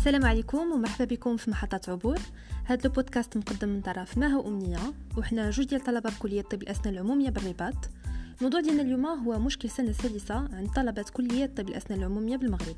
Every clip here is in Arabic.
السلام عليكم ومرحبا بكم في محطة عبور. هذا البودكاست مقدم من طرف مها أمنية، وحنا جوج ديال طلبة بكلية طب الأسنان العمومية بالرباط. الموضوع ديالنا اليوم هو مشكل سنة السادسة عند طلبة كلية طب الأسنان العمومية بالمغرب.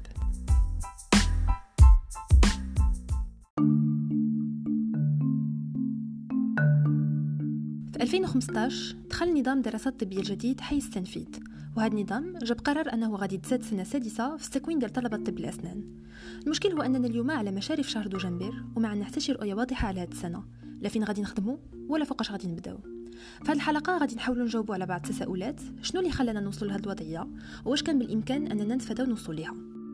في 2015 دخل نظام دراسات طبية جديد حيز التنفيذ، وهذا النظام جاب قرار أنه غادي تزاد سنة سادسة في التكوين ديال طلبة طب الأسنان. المشكل هو أننا اليوم على مشارف شهر دجنبر وما عندنا حتى شي رؤية واضحة على هذه السنة، لا فين غادي نخدموا ولا فوقاش غادي نبداو. في هذه الحلقة غادي نحاولوا نجاوبوا على بعض التساؤلات: شنو اللي خلانا نوصلوا لهذه الوضعية، واش كان بالإمكان أننا نتفاداو نوصلوا ليها.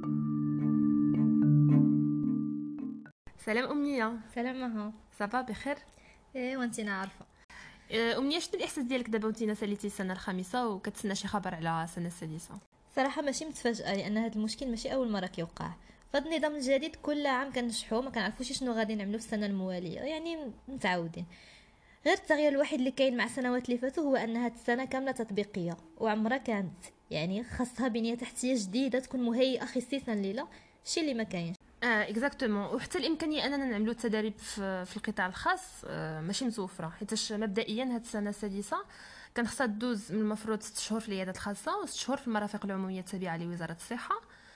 سلام أمنية. سلام مها. صافا بخير؟ ايه وانتينا عارفه. أمنية، شنو الإحساس ديالك دابا وانتينا ساليتي السنة الخامسة وكتسنى شي خبر على السنة السادسة؟ صراحه ماشي متفاجئه، لان هذا المشكل ماشي اول مره كيوقع. فهاد النظام الجديد كل عام كنشحو ما كنعرفوش شنو غادي نعملو في السنه المواليه، يعني متعودين. غير التغيير الوحيد اللي كاين مع السنوات اللي فاتوا هو ان هاد السنه كامله تطبيقيه وعمرها كانت، يعني خاصها بنيه تحتيه جديده تكون مهيئه خصيصا ليله، الشيء اللي ما كاينش. اكزاكتومون. وحتى الامكانيه اننا نعملوا التدريب في القطاع الخاص ماشي متوفره، حيت مبدئيا هاد السنه السادسه كان خصها دوز من المفروض 6 شهور في العيادات الخاصه و6 شهور في المرافق العموميه التابعه لوزاره الصحه،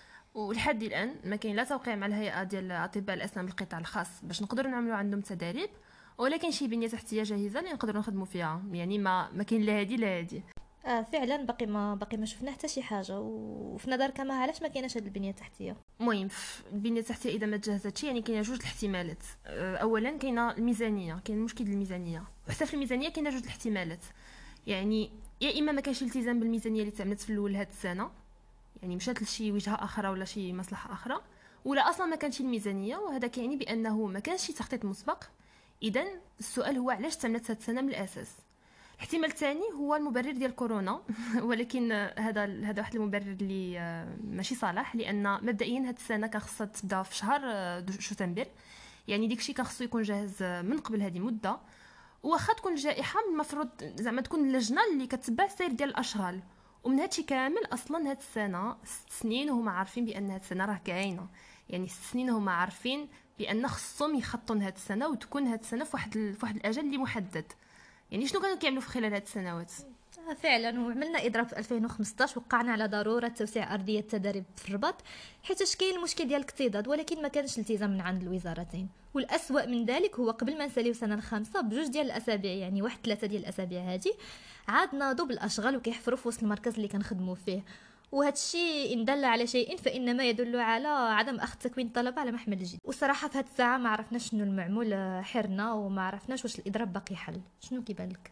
ولحد الان ما كاين لا توقيع مع الهيئه ديال اطباء الاسنان بالقطاع الخاص باش نقدروا نعملوا عندهم تدريب، ولكن شي بنيه تحتيه جاهزه اللي نقدروا نخدموا فيها. يعني ما كاين لا هادي لا هادي. فعلا باقي ما شفنا حتى شي حاجه. وفي نظرك ما علاش ما كايناش هاد البنيه التحتيه؟ المهم في البنيه التحتيه اذا ما تجهزتش يعني كاينه جوج الاحتمالات. اولا كاينه الميزانيه، كاين مشكل الميزانيه، وحتى في الميزانيه كاينه جوج الاحتمالات. يعني يا اما ما كانش التزام بالميزانيه اللي تعملت في الاول هاد السنه، يعني مشات لشي وجهه اخرى ولا شي مصلحه اخرى، ولا اصلا ما كانش الميزانيه، وهذا كيعني بانه ما كانش شي تخطيط مسبق. اذا السؤال هو علاش تمت هاد السنه من الاساس. الاحتمال الثاني هو المبرر ديال كورونا ولكن هذا واحد المبرر اللي ماشي صالح، لان مبدئيا هاد السنه كان خصها تبدا في شهر شتنبر، يعني داكشي كان خصو يكون جاهز من قبل هذه مده. واخا تكون الجائحه المفروض زعما تكون اللجنه اللي كتبع السير ديال الاشغال، ومن هادشي كامل اصلا هاد السنه 6 سنين وهما عارفين بان هاد السنه راه كاينه. يعني 6 سنين هما عارفين بان خصهم يخططوا هاد السنه وتكون هاد السنه في واحد الاجل اللي محدد. يعني شنو كانوا كيعملوا في خلال هاد السنوات؟ فعلا، وعملنا اضراب في 2015 وقعنا على ضروره توسيع ارضيه التدريب في الرباط، حيت كاين المشكل ديال الاكتضاد، ولكن ما كانش التزام من عند الوزارتين. والاسوأ من ذلك هو قبل ما نساليو سنه الخامسه بجوج ديال الاسابيع، يعني واحد 3 ديال الاسابيع هادي عاد ناضوا بالاشغال وكيحفروا في وسط المركز اللي كنخدموا فيه. وهذا الشيء ان دل على شيء فانما يدل على عدم اخذ تكوين الطلبه على محمل الجد. والصراحه في هذه الساعه ما عرفناش شنو المعمول، حرنا وما عرفناش واش الاضراب باقي حل. شنو كيبان لك؟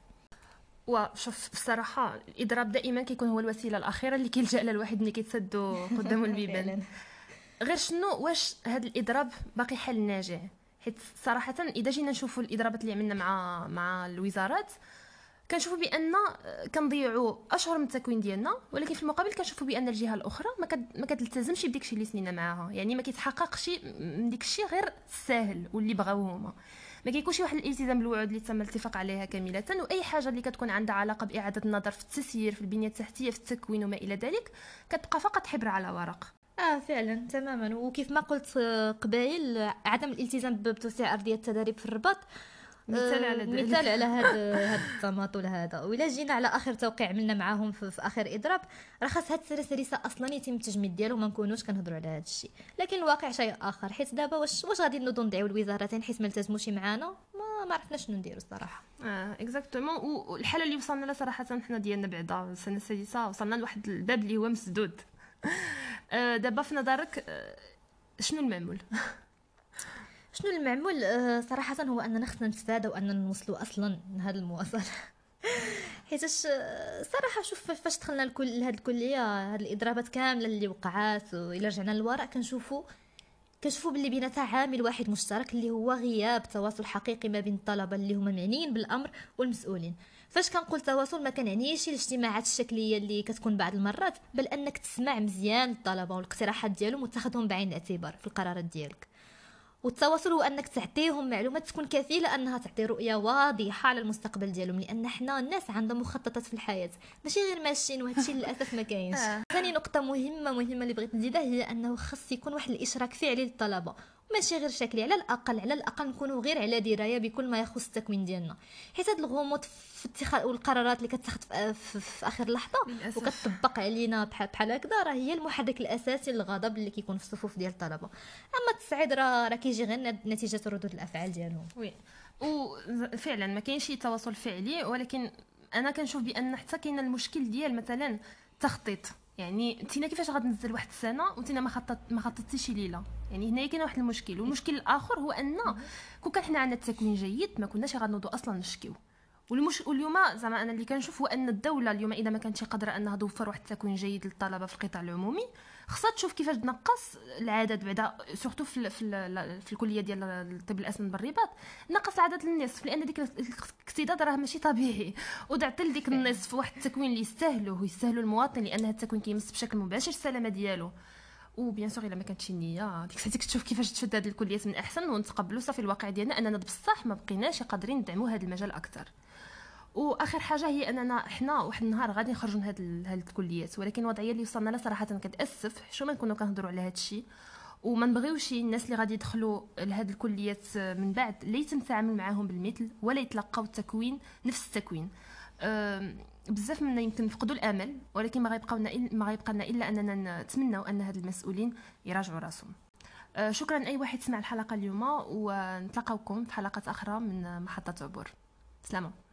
وشوف بصراحه الاضراب دائما كيكون هو الوسيله الاخيره اللي كيلجا لها الواحد ملي كيتسدوا قدام البيبان. غير شنو واش هذا الاضراب باقي حل ناجع؟ حيت صراحه اذا جينا نشوفوا الاضرابات اللي عملنا مع الوزارات كنشوفوا بان كنضيعوا اشهر من التكوين ديالنا، ولكن في المقابل كنشوفوا بان الجهه الاخرى ما كتلتزمش بديك الشيء اللي سنينا معاها. يعني ما كيتحققش من ديك الشيء غير الساهل واللي بغاو هما، ما كيكونش واحد الالتزام بالوعود اللي تم الاتفاق عليها كامله. واي حاجه اللي كتكون عندها علاقه باعاده النظر في التسيير في البنيه التحتيه في التكوين وما الى ذلك كتبقى فقط حبر على ورق. فعلا تماما. وكيف ما قلت قبائل، عدم الالتزام بتوسيع ارضيه التدريب في الرباط مثال على هذا التماطل هذا. وإلا جينا على اخر توقيع عملنا معاهم في اخر اضراب، راه خاص هاد السنه السادسه اصلا يتم التجميد ديالو، ما نكونوش كنهضروا على هذا الشيء. لكن الواقع شيء اخر، حيت دابا واش غادي نوضوا ندعيو الوزارتين حيت ما التزموش معانا؟ ما عرفناش شنو نديروا الصراحه. اكزاكتومون. والحاله اللي وصلنا لها صراحه حنا ديالنا بعدا السنه السادسه وصلنا لواحد الباب اللي هو مسدود. دابا في نظرك شنو المعمول؟ شنو المعمول؟ صراحه هو اننا خصنا نتفادى واننا نوصلوا اصلا لهذا المواصله. حيت صراحه شوف فاش دخلنا لهذه الكليه، هذه الاضرابات كامله اللي وقعات والى رجعنا للوراء كنشوفوا باللي بيناتها عامل واحد مشترك، اللي هو غياب تواصل حقيقي ما بين الطلبه اللي هما معنيين بالامر والمسؤولين. فاش كنقول تواصل ما كنعنيش الاجتماعات الشكليه اللي كتكون بعض المرات، بل انك تسمع مزيان الطلبه والاقتراحات ديالهم وتاخذهم بعين الاعتبار في القرارات ديالك. والتواصل هو انك تعطيهم معلومات تكون كفيله انها تعطي رؤيه واضحه على المستقبل ديالهم، لان حنا الناس عندها مخططات في الحياه ماشي غير ماشيين، وهذا الشيء للاسف ما كاينش. ثاني نقطه مهمه اللي بغيت نزيدها هي انه خص يكون واحد الاشراك فعلي للطلبه، ماشي غير شكلي، على الاقل نكونوا غير على درايه بكل ما يخص التكوين ديالنا، حيت هاد الغموض في اتخاذ والقرارات اللي كتاخذ في اخر لحظه للاسف. وكتطبق علينا بحال هكذا، راه هي المحرك الاساسي للغضب اللي كيكون في الصفوف ديال الطلبه. اما التصعيد راه كيجي غير نتيجه ردود الافعال ديالهم. وي، وفعلا ما كاينش شي تواصل فعلي، ولكن انا كنشوف بان حتى كاين المشكل ديال مثلا التخطيط. يعني انتينا كيفاش غتنزل واحد السنه وانتينا ما خططتيش ليله، يعني هنا كاين واحد المشكل. والمشكل الاخر هو ان كون كان حنا عندنا التكوين جيد ما كناش غنوضوا اصلا نشكيو. واليوم زعما انا اللي كنشوف هو ان الدوله اليوم اذا ما كانتش قادره انها توفر واحد التكوين جيد للطلبه في القطاع العمومي، خصها تشوف كيفاش تنقص العدد بعدا سورتو في الكليه ديال الطب الاسنان بالرباط، نقص العدد للنصف، لان ديك الاكتضاد راه ماشي طبيعي. ودعت لديك النصف واحد التكوين اللي يستاهلوا المواطن، لان هذا التكوين كيمس بشكل مباشر السلامه ديالو. وبيان سور الا ما كانتش النيه ديك الساعه تشوف كيفاش تشد هذه الكليات من احسن ونتقبلوا صافي الواقع ديالنا اننا بصح ما بقيناش قادرين ندعموا هذا المجال اكثر. واخر حاجه هي اننا حنا واحد النهار غادي نخرجوا من هاد الكليات، ولكن الوضعيه اللي وصلنا لها صراحه كتاسف. شو ما نكونوا كنهضروا على هذا الشيء وما نبغيوش الناس اللي غادي يدخلوا لهاد الكليات من بعد لا يتم التعامل معاهم بالمثل ولا يتلقاو التكوين نفس التكوين. بزاف منا يمكن نفقدوا الامل، ولكن ما غيبقى لنا الا اننا نتمنوا ان هاد المسؤولين يراجعوا راسهم. شكرا اي واحد سمع الحلقه اليوم، ونتلاقاوكم في حلقات اخرى من محطه عبور. سلامه.